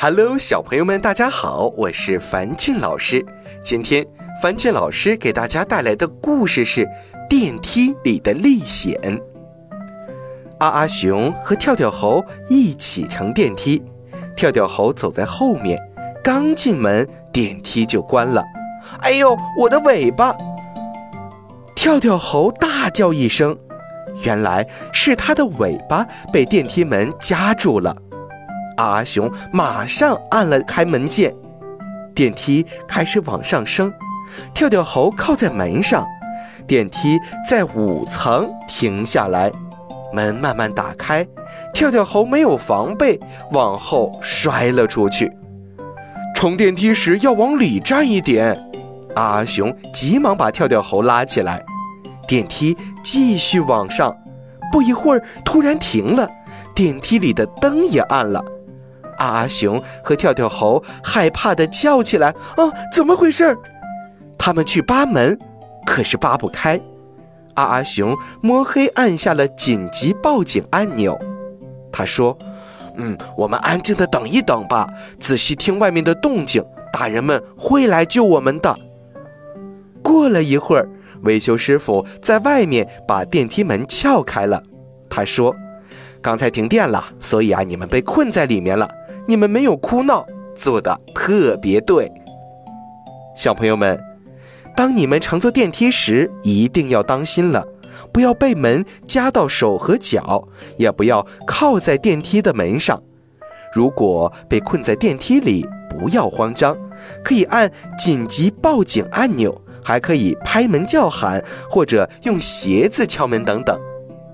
Hello， 小朋友们，大家好，我是樊俊老师。今天樊俊老师给大家带来的故事是电梯里的历险。阿阿熊和跳跳猴一起乘电梯，跳跳猴走在后面，刚进门，电梯就关了。哎呦，我的尾巴！跳跳猴大叫一声，原来是他的尾巴被电梯门夹住了。阿熊马上按了开门键，电梯开始往上升，跳跳猴靠在门上，电梯在5层停下来，门慢慢打开，跳跳猴没有防备，往后摔了出去。冲电梯时要往里站一点，阿熊急忙把跳跳猴拉起来，电梯继续往上，不一会儿突然停了，电梯里的灯也暗了。阿熊和跳跳猴害怕地叫起来，怎么回事？他们去扒门，可是扒不开。阿熊摸黑按下了紧急报警按钮。他说，我们安静地等一等吧，仔细听外面的动静，大人们会来救我们的。过了一会儿，维修师傅在外面把电梯门撬开了。他说，刚才停电了，所以你们被困在里面了，你们没有哭闹，做得特别对。小朋友们，当你们乘坐电梯时一定要当心了，不要被门夹到手和脚，也不要靠在电梯的门上。如果被困在电梯里，不要慌张，可以按紧急报警按钮，还可以拍门叫喊，或者用鞋子敲门等等。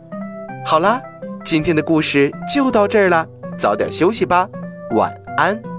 好了，今天的故事就到这儿了，早点休息吧，晚安。